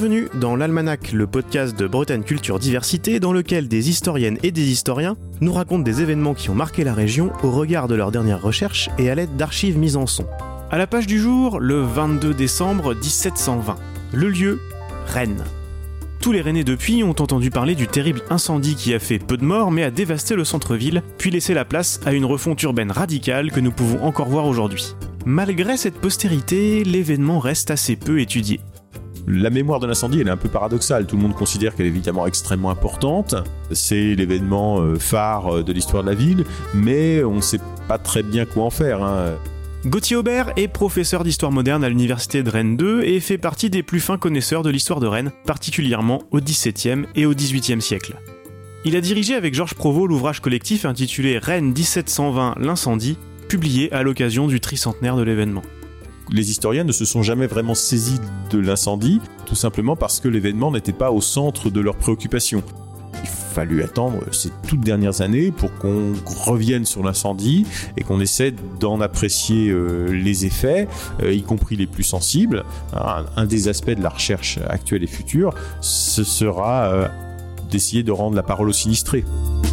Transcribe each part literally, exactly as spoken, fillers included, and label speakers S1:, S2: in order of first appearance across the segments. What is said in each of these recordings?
S1: Bienvenue dans l'Almanach, le podcast de Bretagne Culture Diversité, dans lequel des historiennes et des historiens nous racontent des événements qui ont marqué la région au regard de leurs dernières recherches et à l'aide d'archives mises en son. À la page du jour, le vingt-deux décembre dix-sept cent vingt. Le lieu, Rennes. Tous les Rennais depuis ont entendu parler du terrible incendie qui a fait peu de morts mais a dévasté le centre-ville, puis laissé la place à une refonte urbaine radicale que nous pouvons encore voir aujourd'hui. Malgré cette postérité, l'événement reste assez peu étudié.
S2: La mémoire de l'incendie, elle est un peu paradoxale. Tout le monde considère qu'elle est évidemment extrêmement importante. C'est l'événement phare de l'histoire de la ville, mais on ne sait pas très bien quoi en faire. Hein.
S1: Gauthier Aubert est professeur d'histoire moderne à l'université de Rennes deux et fait partie des plus fins connaisseurs de l'histoire de Rennes, particulièrement au dix-septième et au dix-huitième siècle. Il a dirigé avec Georges Provost l'ouvrage collectif intitulé Rennes dix-sept cent vingt, l'incendie, publié à l'occasion du tricentenaire de l'événement.
S2: Les historiens ne se sont jamais vraiment saisis de l'incendie, tout simplement parce que l'événement n'était pas au centre de leurs préoccupations. Il fallut attendre ces toutes dernières années pour qu'on revienne sur l'incendie et qu'on essaie d'en apprécier euh, les effets, euh, y compris les plus sensibles. Un, un des aspects de la recherche actuelle et future, ce sera euh, d'essayer de rendre la parole aux sinistrés.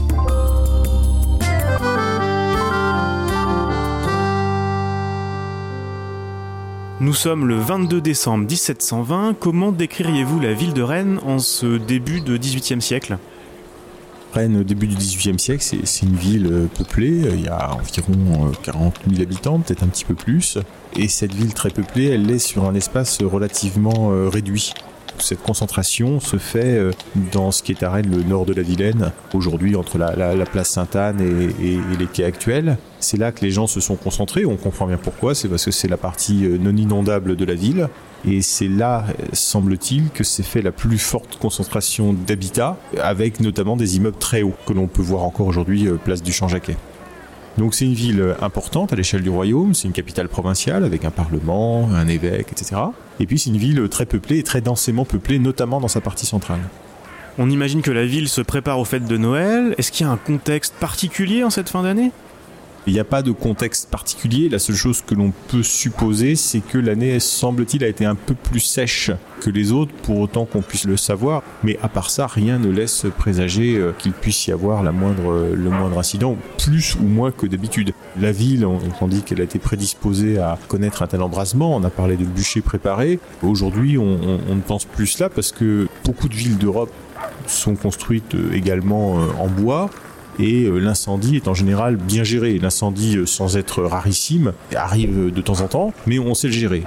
S1: Nous sommes le vingt-deux décembre dix-sept cent vingt. Comment décririez-vous la ville de Rennes en ce début de dix-huitième siècle ?
S2: Rennes, au début du dix-huitième siècle, c'est, c'est une ville peuplée. Il y a environ quarante mille habitants, peut-être un petit peu plus. Et cette ville très peuplée, elle est sur un espace relativement réduit. Cette concentration se fait dans ce qui est à Rennes, le nord de la Vilaine, aujourd'hui entre la, la, la place Sainte-Anne et, et, et les quais actuels. C'est là que les gens se sont concentrés, on comprend bien pourquoi, c'est parce que c'est la partie non inondable de la ville. Et c'est là, semble-t-il, que s'est fait la plus forte concentration d'habitat, avec notamment des immeubles très hauts, que l'on peut voir encore aujourd'hui place du Champ-Jacquet. Donc c'est une ville importante à l'échelle du royaume, c'est une capitale provinciale avec un parlement, un évêque, et cetera. Et puis c'est une ville très peuplée et très densément peuplée, notamment dans sa partie centrale.
S1: On imagine que la ville se prépare aux fêtes de Noël. Est-ce qu'il y a un contexte particulier en cette fin d'année ?
S2: Il n'y a pas de contexte particulier. La seule chose que l'on peut supposer, c'est que l'année, semble-t-il, a été un peu plus sèche que les autres, pour autant qu'on puisse le savoir. Mais à part ça, rien ne laisse présager qu'il puisse y avoir la moindre, le moindre incident, plus ou moins que d'habitude. La ville, on, on dit qu'elle a été prédisposée à connaître un tel embrasement. On a parlé de bûchers préparés. Aujourd'hui, on, on, on ne pense plus cela parce que beaucoup de villes d'Europe sont construites également en bois. Et l'incendie est en général bien géré. L'incendie, sans être rarissime, arrive de temps en temps, mais on sait le gérer.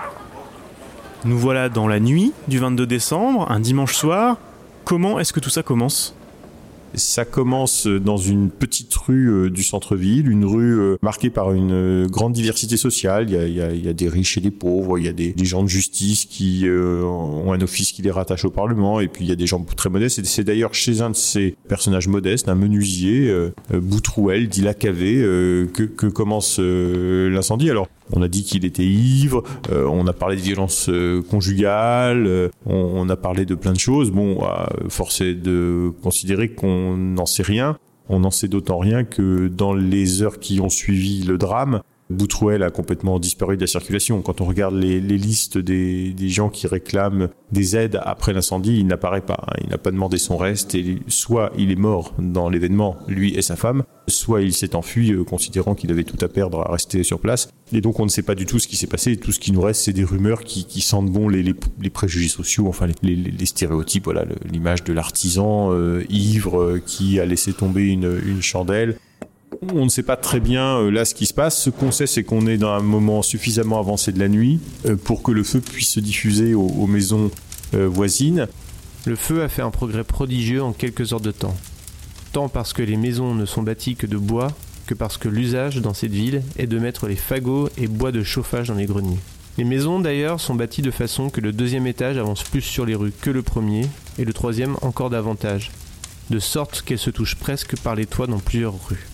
S1: Nous voilà dans la nuit du vingt-deux décembre, un dimanche soir. Comment est-ce que tout ça commence ?
S2: Ça commence dans une petite rue du centre-ville, une rue marquée par une grande diversité sociale. Il y a, il y a, il y a des riches et des pauvres, il y a des, des gens de justice qui euh, ont un office qui les rattache au Parlement, et puis il y a des gens très modestes. Et c'est d'ailleurs chez un de ces personnages modestes, un menuisier, euh, Boutrouel, dit Lacavé, euh, que, que commence euh, l'incendie. Alors, on a dit qu'il était ivre, euh, on a parlé de violence euh, conjugale, euh, on, on a parlé de plein de choses. Bon, euh, force est de considérer qu'on n'en sait rien. On n'en sait d'autant rien que dans les heures qui ont suivi le drame, Boutrouel a complètement disparu de la circulation. Quand on regarde les, les listes des, des gens qui réclament des aides après l'incendie, il n'apparaît pas. Il n'a pas demandé son reste, et soit il est mort dans l'événement, lui et sa femme, soit il s'est enfui, euh, considérant qu'il avait tout à perdre à rester sur place. Et donc on ne sait pas du tout ce qui s'est passé. Tout ce qui nous reste, c'est des rumeurs qui, qui sentent bon les, les, les préjugés sociaux, enfin les, les, les stéréotypes. Voilà, le, l'image de l'artisan euh, ivre euh, qui a laissé tomber une, une chandelle. On ne sait pas très bien euh, là ce qui se passe. Ce qu'on sait, c'est qu'on est dans un moment suffisamment avancé de la nuit euh, pour que le feu puisse se diffuser aux, aux maisons euh, voisines.
S3: Le feu a fait un progrès prodigieux en quelques heures de temps. Tant parce que les maisons ne sont bâties que de bois, que parce que l'usage dans cette ville est de mettre les fagots et bois de chauffage dans les greniers. Les maisons d'ailleurs sont bâties de façon que le deuxième étage avance plus sur les rues que le premier, et le troisième encore davantage, de sorte qu'elles se touchent presque par les toits dans plusieurs rues.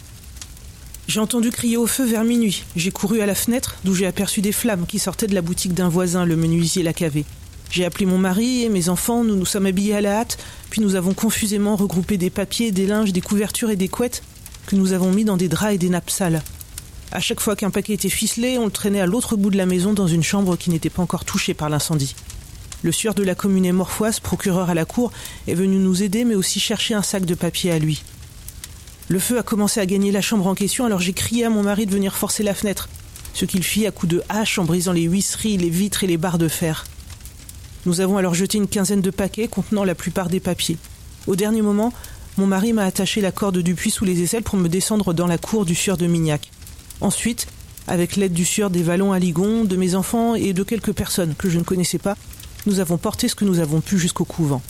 S4: J'ai entendu crier au feu vers minuit. J'ai couru à la fenêtre, d'où j'ai aperçu des flammes qui sortaient de la boutique d'un voisin, le menuisier Lacavé. J'ai appelé mon mari et mes enfants, nous nous sommes habillés à la hâte, puis nous avons confusément regroupé des papiers, des linges, des couvertures et des couettes que nous avons mis dans des draps et des nappes sales. À chaque fois qu'un paquet était ficelé, on le traînait à l'autre bout de la maison dans une chambre qui n'était pas encore touchée par l'incendie. Le sieur de la commune Morfoise, procureur à la cour, est venu nous aider, mais aussi chercher un sac de papier à lui. Le feu a commencé à gagner la chambre en question, alors j'ai crié à mon mari de venir forcer la fenêtre, ce qu'il fit à coups de hache en brisant les huisseries, les vitres et les barres de fer. Nous avons alors jeté une quinzaine de paquets contenant la plupart des papiers. Au dernier moment, mon mari m'a attaché la corde du puits sous les aisselles pour me descendre dans la cour du sieur de Mignac. Ensuite, avec l'aide du sieur des Vallons à Ligon, de mes enfants et de quelques personnes que je ne connaissais pas, nous avons porté ce que nous avons pu jusqu'au couvent.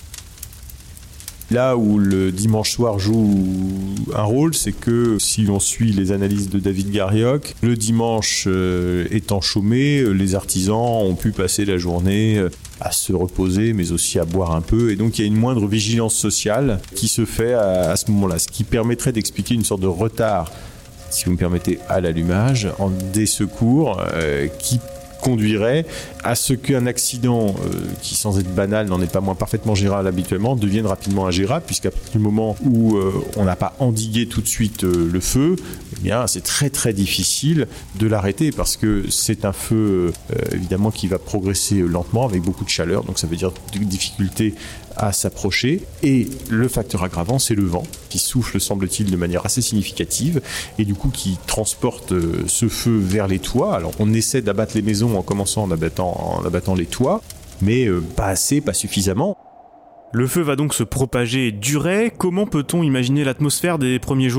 S2: Là où le dimanche soir joue un rôle, c'est que si l'on suit les analyses de David Garrioch, le dimanche euh, étant chômé, les artisans ont pu passer la journée euh, à se reposer, mais aussi à boire un peu. Et donc il y a une moindre vigilance sociale qui se fait à, à ce moment-là, ce qui permettrait d'expliquer une sorte de retard, si vous me permettez, à l'allumage, en des secours euh, qui conduirait à ce qu'un accident euh, qui, sans être banal, n'en est pas moins parfaitement gérable habituellement, devienne rapidement ingérable, puisqu'à partir du moment où euh, on n'a pas endigué tout de suite euh, le feu, eh bien, c'est très très difficile de l'arrêter, parce que c'est un feu euh, évidemment qui va progresser lentement avec beaucoup de chaleur, donc ça veut dire des difficultés à s'approcher. Et le facteur aggravant, c'est le vent qui souffle, semble-t-il, de manière assez significative et du coup qui transporte euh, ce feu vers les toits. Alors on essaie d'abattre les maisons en commençant en abattant, en abattant les toits, mais euh, pas assez, pas suffisamment.
S1: Le feu va donc se propager et durer. Comment peut-on imaginer l'atmosphère des premiers jours ?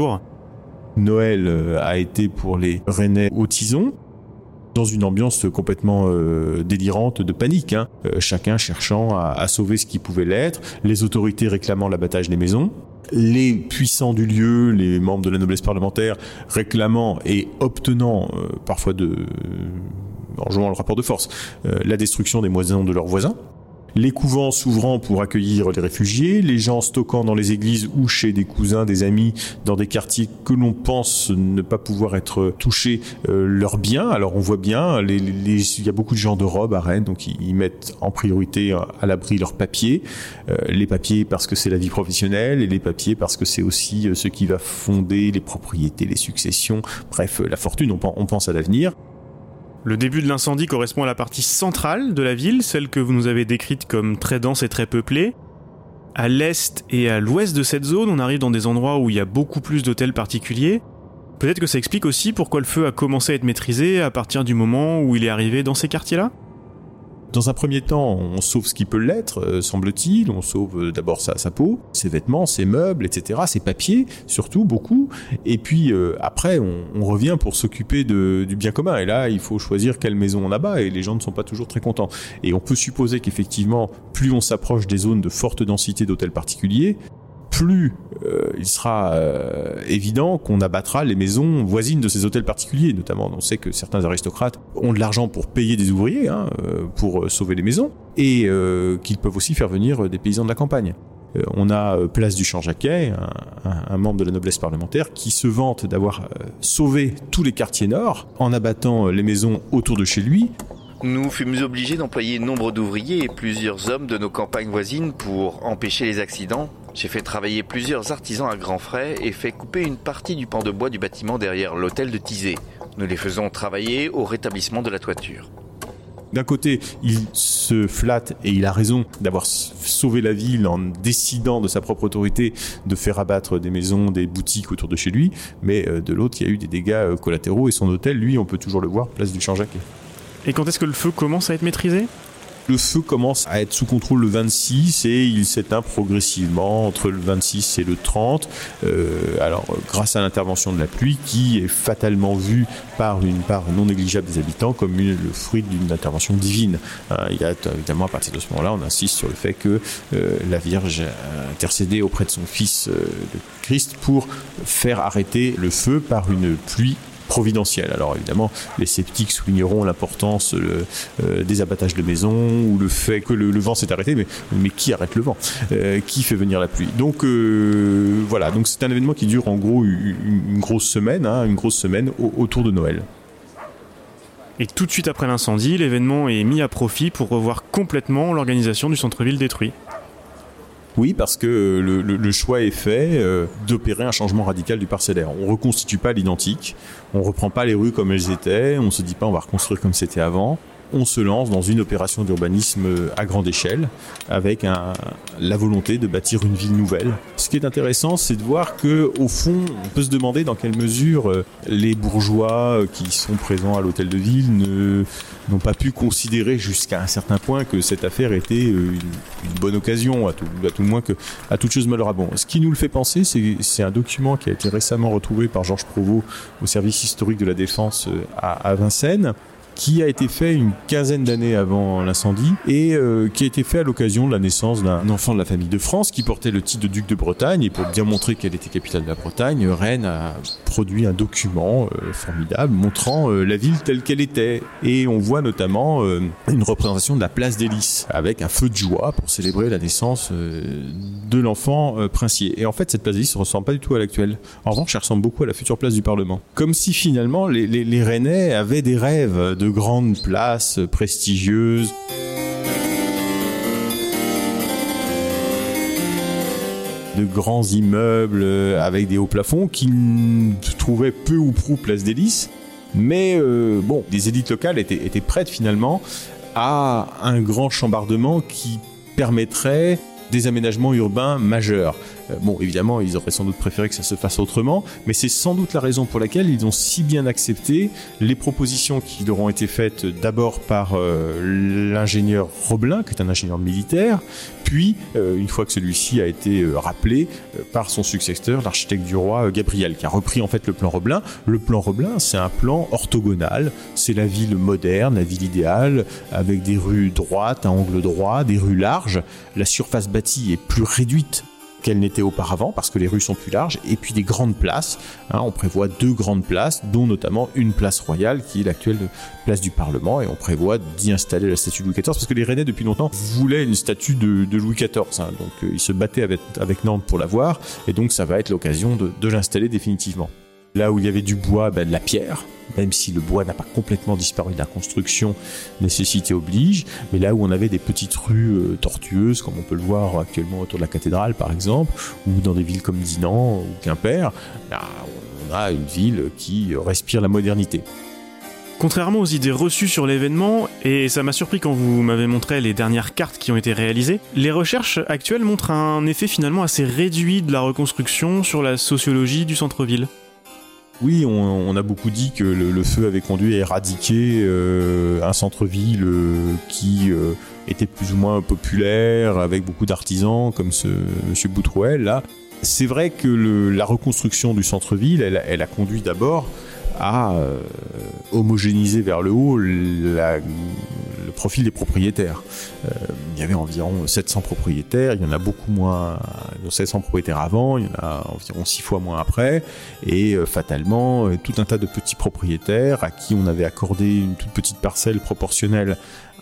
S2: Noël euh, a été pour les Rennais au tison, dans une ambiance complètement euh, délirante de panique, hein. euh, chacun cherchant à, à sauver ce qui pouvait l'être, les autorités réclamant l'abattage des maisons, les puissants du lieu, les membres de la noblesse parlementaire réclamant et obtenant euh, parfois de, euh, en jouant le rapport de force, euh, la destruction des maisons de leurs voisins. Les couvents s'ouvrant pour accueillir les réfugiés, les gens stockant dans les églises ou chez des cousins, des amis, dans des quartiers que l'on pense ne pas pouvoir être touchés, euh, leurs biens. Alors on voit bien, les, les, il y a beaucoup de gens de robe à Rennes, donc ils, ils mettent en priorité à l'abri leurs papiers. Euh, les papiers parce que c'est la vie professionnelle, et les papiers parce que c'est aussi ce qui va fonder les propriétés, les successions, bref, la fortune, on, on pense à l'avenir.
S1: Le début de l'incendie correspond à la partie centrale de la ville, celle que vous nous avez décrite comme très dense et très peuplée. À l'est et à l'ouest de cette zone, on arrive dans des endroits où il y a beaucoup plus d'hôtels particuliers. Peut-être que ça explique aussi pourquoi le feu a commencé à être maîtrisé à partir du moment où il est arrivé dans ces quartiers-là ?
S2: Dans un premier temps, on sauve ce qui peut l'être, euh, semble-t-il. On sauve euh, d'abord sa, sa peau, ses vêtements, ses meubles, et cetera, ses papiers, surtout, beaucoup. Et puis euh, après, on, on revient pour s'occuper de, du bien commun. Et là, il faut choisir quelle maison on abat, et les gens ne sont pas toujours très contents. Et on peut supposer qu'effectivement, plus on s'approche des zones de forte densité d'hôtels particuliers, plus euh, il sera euh, évident qu'on abattra les maisons voisines de ces hôtels particuliers. Notamment, on sait que certains aristocrates ont de l'argent pour payer des ouvriers, hein, euh, pour sauver les maisons, et euh, qu'ils peuvent aussi faire venir des paysans de la campagne. Euh, on a euh, Place du Champ-Jacquet, un, un, un membre de la noblesse parlementaire, qui se vante d'avoir euh, sauvé tous les quartiers nord en abattant les maisons autour de chez lui.
S5: Nous fûmes obligés d'employer nombre d'ouvriers et plusieurs hommes de nos campagnes voisines pour empêcher les accidents. J'ai fait travailler plusieurs artisans à grands frais et fait couper une partie du pan de bois du bâtiment derrière l'hôtel de Thizay. Nous les faisons travailler au rétablissement de la toiture.
S2: D'un côté, il se flatte, et il a raison, d'avoir sauvé la ville en décidant de sa propre autorité de faire abattre des maisons, des boutiques autour de chez lui, mais de l'autre, il y a eu des dégâts collatéraux, et son hôtel, lui, on peut toujours le voir, Place du Champ-Jacquet.
S1: Et quand est-ce que le feu commence à être maîtrisé ?
S2: Le feu commence à être sous contrôle le vingt-six et il s'éteint progressivement entre le vingt-six et le trente. Euh, alors, grâce à l'intervention de la pluie qui est fatalement vue par une part non négligeable des habitants comme une, le fruit d'une intervention divine. Hein, il y a évidemment à partir de ce moment-là, on insiste sur le fait que euh, la Vierge a intercédé auprès de son Fils euh, le Christ pour faire arrêter le feu par une pluie providentielle. Alors évidemment, les sceptiques souligneront l'importance euh, euh, des abattages de maisons ou le fait que le, le vent s'est arrêté, mais, mais qui arrête le vent euh, Qui fait venir la pluie Donc euh, voilà, donc c'est un événement qui dure en gros une, une grosse semaine, hein, une grosse semaine au, autour de Noël.
S1: Et tout de suite après l'incendie, l'événement est mis à profit pour revoir complètement l'organisation du centre-ville détruit.
S2: Oui, parce que le, le, le choix est fait euh, d'opérer un changement radical du parcellaire. On ne reconstitue pas l'identique, on ne reprend pas les rues comme elles étaient, on ne se dit pas on va reconstruire comme c'était avant. on se lance dans une opération d'urbanisme à grande échelle, avec un, la volonté de bâtir une ville nouvelle. Ce qui est intéressant, c'est de voir que, au fond, on peut se demander dans quelle mesure les bourgeois qui sont présents à l'hôtel de ville ne, n'ont pas pu considérer jusqu'à un certain point que cette affaire était une, une bonne occasion, à tout, à tout le moins que, à toute chose malheur. Bon, ce qui nous le fait penser, c'est, c'est un document qui a été récemment retrouvé par Georges Provost au service historique de la Défense à, à Vincennes, qui a été fait une quinzaine d'années avant l'incendie et euh, qui a été fait à l'occasion de la naissance d'un enfant de la famille de France qui portait le titre de duc de Bretagne. Et pour bien montrer qu'elle était capitale de la Bretagne, Rennes a produit un document euh, formidable montrant euh, la ville telle qu'elle était. Et on voit notamment euh, une représentation de la place des Lys avec un feu de joie pour célébrer la naissance euh, de l'enfant euh, princier. Et en fait, cette place des Lys ne ressemble pas du tout à l'actuelle. En revanche, elle ressemble beaucoup à la future place du Parlement. Comme si finalement les, les, les Rennais avaient des rêves de grandes places prestigieuses. De grands immeubles avec des hauts plafonds qui se trouvaient peu ou prou place des Lys. Mais euh, bon, les élites locales étaient, étaient prêtes finalement à un grand chambardement qui permettrait des aménagements urbains majeurs. Euh, bon, évidemment, ils auraient sans doute préféré que ça se fasse autrement, mais c'est sans doute la raison pour laquelle ils ont si bien accepté les propositions qui leur ont été faites d'abord par euh, l'ingénieur Roblin, qui est un ingénieur militaire, puis, euh, une fois que celui-ci a été euh, rappelé, euh, par son successeur, l'architecte du roi, euh, Gabriel, qui a repris en fait le plan Roblin. Le plan Roblin, c'est un plan orthogonal, c'est la ville moderne, la ville idéale, avec des rues droites, à angle droit, des rues larges. La surface bâtie est plus réduite qu'elle n'était auparavant, parce que les rues sont plus larges, et puis des grandes places. Hein, on prévoit deux grandes places, dont notamment une place royale, qui est l'actuelle place du Parlement, et on prévoit d'y installer la statue de Louis quatorze, parce que les Rennais, depuis longtemps, voulaient une statue de, de Louis quatorze. Hein, donc euh, ils se battaient avec, avec Nantes pour l'avoir, et donc ça va être l'occasion de, de l'installer définitivement. Là où il y avait du bois, ben de la pierre, même si le bois n'a pas complètement disparu de la construction, nécessité oblige, mais là où on avait des petites rues euh, tortueuses, comme on peut le voir actuellement autour de la cathédrale par exemple, ou dans des villes comme Dinan ou Quimper, ben, on a une ville qui respire la modernité.
S1: Contrairement aux idées reçues sur l'événement, et ça m'a surpris quand vous m'avez montré les dernières cartes qui ont été réalisées, les recherches actuelles montrent un effet finalement assez réduit de la reconstruction sur la sociologie du centre-ville.
S2: Oui, on, on a beaucoup dit que le, le feu avait conduit à éradiquer euh, un centre-ville euh, qui euh, était plus ou moins populaire, avec beaucoup d'artisans, comme ce monsieur Boutrouel, là. C'est vrai que le, la reconstruction du centre-ville, elle, elle a conduit d'abord à euh, homogénéiser vers le haut la, le profil des propriétaires. Euh, il y avait environ sept cents propriétaires, il y en a beaucoup moins, sept cents propriétaires avant, il y en a environ six fois moins après, et euh, fatalement, euh, tout un tas de petits propriétaires à qui on avait accordé une toute petite parcelle proportionnelle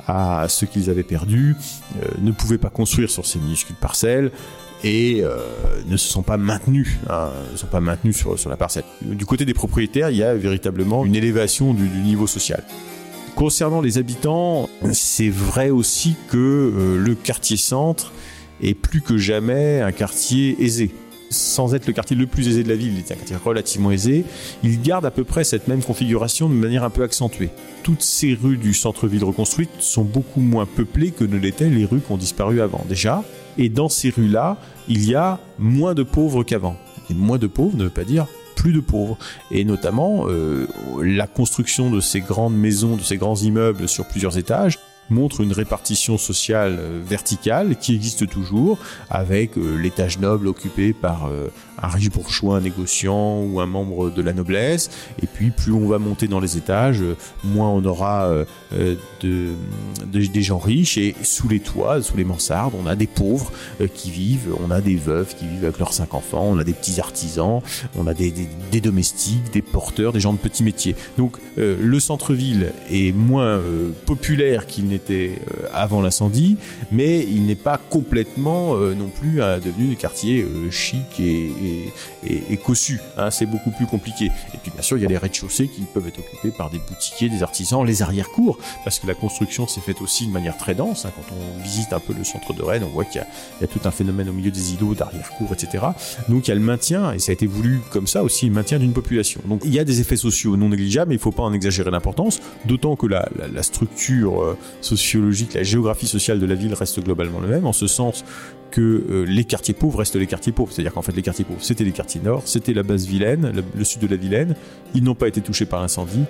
S2: à ce qu'ils avaient perdu, euh, ne pouvaient pas construire sur ces minuscules parcelles, et euh, ne se sont pas maintenus, hein, ne sont pas maintenus sur, sur la parcelle. Du côté des propriétaires, il y a véritablement une élévation du, du niveau social. Concernant les habitants, c'est vrai aussi que euh, le quartier centre est plus que jamais un quartier aisé. Sans être le quartier le plus aisé de la ville, il est un quartier relativement aisé, il garde à peu près cette même configuration de manière un peu accentuée. Toutes ces rues du centre-ville reconstruites sont beaucoup moins peuplées que ne l'étaient les rues qui ont disparu avant, déjà. Et dans ces rues-là, il y a moins de pauvres qu'avant. Et moins de pauvres ne veut pas dire plus de pauvres. Et notamment, euh, la construction de ces grandes maisons, de ces grands immeubles sur plusieurs étages, montre une répartition sociale euh, verticale qui existe toujours, avec euh, l'étage noble occupé par euh, un riche bourgeois, un négociant ou un membre de la noblesse, et puis plus on va monter dans les étages, euh, moins on aura euh, de, de, des gens riches, et sous les toits, sous les mansardes, on a des pauvres euh, qui vivent, on a des veuves qui vivent avec leurs cinq enfants, on a des petits artisans, on a des, des, des domestiques, des porteurs, des gens de petits métiers. Donc euh, le centre-ville est moins euh, populaire qu'il n'était était euh, avant l'incendie, mais il n'est pas complètement euh, non plus euh, devenu un quartier euh, chic et, et, et, et cossu. Hein, c'est beaucoup plus compliqué. Et puis bien sûr, il y a les rez-de-chaussée qui peuvent être occupés par des boutiquiers, des artisans, les arrière-cours, parce que la construction s'est faite aussi de manière très dense. Hein. Quand on visite un peu le centre de Rennes, on voit qu'il y a, il y a tout un phénomène au milieu des îlots, d'arrière-cours, et cetera. Donc il y a le maintien, et ça a été voulu comme ça aussi, le maintien d'une population. Donc il y a des effets sociaux non négligeables, mais il ne faut pas en exagérer l'importance, d'autant que la, la, la structure euh, sociologique, la géographie sociale de la ville reste globalement le même, en ce sens que euh, les quartiers pauvres restent les quartiers pauvres. C'est-à-dire qu'en fait, les quartiers pauvres, c'était les quartiers nord, c'était la basse Vilaine, le, le sud de la Vilaine. Ils n'ont pas été touchés par l'incendie.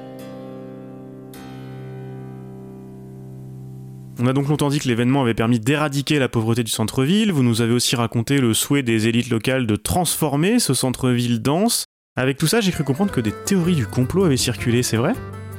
S1: On a donc longtemps dit que l'événement avait permis d'éradiquer la pauvreté du centre-ville. Vous nous avez aussi raconté le souhait des élites locales de transformer ce centre-ville dense. Avec tout ça, j'ai cru comprendre que des théories du complot avaient circulé, c'est vrai ?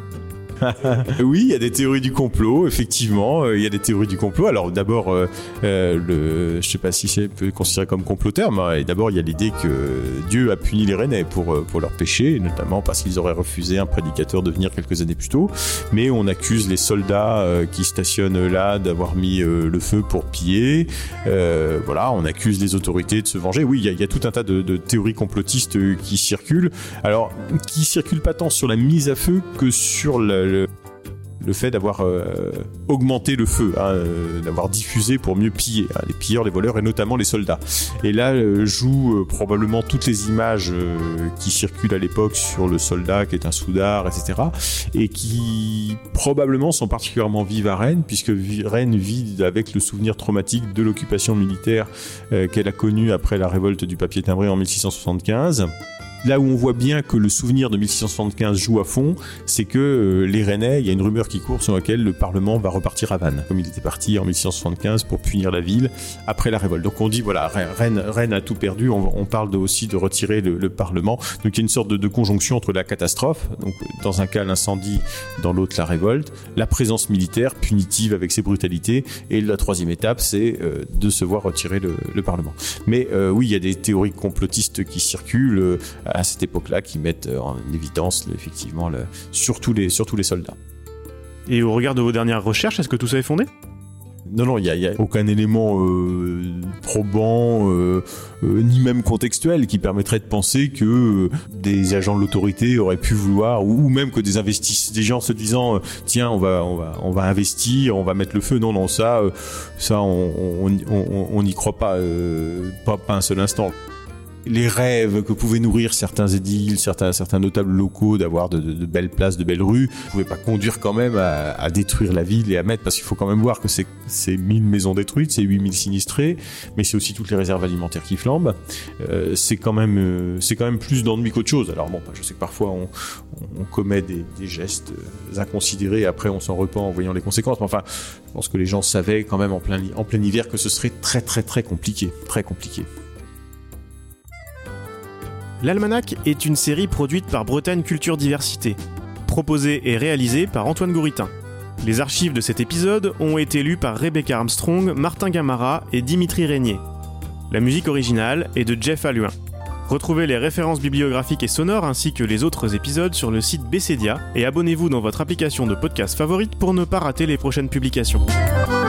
S2: Oui, il y a des théories du complot, effectivement, euh, il y a des théories du complot. Alors d'abord, euh, euh, le, je sais pas si c'est peut être considéré comme comploteur, mais d'abord il y a l'idée que Dieu a puni les Rennais pour, pour leurs péchés, notamment parce qu'ils auraient refusé un prédicateur de venir quelques années plus tôt. Mais on accuse les soldats euh, qui stationnent là d'avoir mis euh, le feu pour piller. Euh, voilà, on accuse les autorités de se venger. Oui, il y a, il y a tout un tas de, de théories complotistes qui circulent. Alors, qui circulent pas tant sur la mise à feu que sur la Le, le fait d'avoir euh, augmenté le feu, hein, euh, d'avoir diffusé pour mieux piller, hein, les pilleurs, les voleurs et notamment les soldats. Et là euh, jouent euh, probablement toutes les images euh, qui circulent à l'époque sur le soldat qui est un soudard, et cetera. Et qui probablement sont particulièrement vives à Rennes, puisque Rennes vit avec le souvenir traumatique de l'occupation militaire euh, qu'elle a connue après la révolte du papier timbré en mille six cent soixante-quinze. Là où on voit bien que le souvenir de mille six cent soixante-quinze joue à fond, c'est que euh, les Rennais, il y a une rumeur qui court sur laquelle le Parlement va repartir à Vannes, comme il était parti en mille six cent soixante-quinze pour punir la ville après la révolte. Donc on dit, voilà, Rennes, Rennes a tout perdu, on, on parle de, aussi de retirer le, le Parlement. Donc il y a une sorte de, de conjonction entre la catastrophe, donc dans un cas l'incendie, dans l'autre la révolte, la présence militaire punitive avec ses brutalités, et la troisième étape, c'est euh, de se voir retirer le, le Parlement. Mais euh, oui, il y a des théories complotistes qui circulent, euh, à cette époque-là, qui mettent en évidence effectivement le, surtout, les, surtout les soldats.
S1: Et au regard de vos dernières recherches, est-ce que tout ça est fondé ?
S2: Non, non, il n'y a, y a aucun élément euh, probant, euh, euh, ni même contextuel, qui permettrait de penser que euh, des agents de l'autorité auraient pu vouloir, ou, ou même que des investisseurs, des gens se disant, euh, tiens, on va, on va, on va investir, on va mettre le feu. Non, non, ça, euh, ça, on n'y croit pas, euh, pas, pas un seul instant. Les rêves que pouvaient nourrir certains édiles, certains, certains notables locaux d'avoir de, de, de belles places, de belles rues, ne pouvaient pas conduire quand même à, à détruire la ville et à mettre, parce qu'il faut quand même voir que c'est, c'est mille maisons détruites, c'est huit mille sinistrés, mais c'est aussi toutes les réserves alimentaires qui flambent. Euh, c'est quand même, euh, c'est quand même plus d'ennui qu'autre chose. Alors bon, je sais que parfois on, on commet des, des gestes inconsidérés et après on s'en repent en voyant les conséquences. Mais enfin, je pense que les gens savaient quand même en plein, en plein hiver que ce serait très très très compliqué, très compliqué.
S1: L'Almanach est une série produite par Bretagne Culture Diversité, proposée et réalisée par Antoine Gouritin. Les archives de cet épisode ont été lues par Rebecca Armstrong, Martin Gamara et Dimitri Régnier. La musique originale est de Jeff Alluin. Retrouvez les références bibliographiques et sonores ainsi que les autres épisodes sur le site Bessedia et abonnez-vous dans votre application de podcast favorite pour ne pas rater les prochaines publications.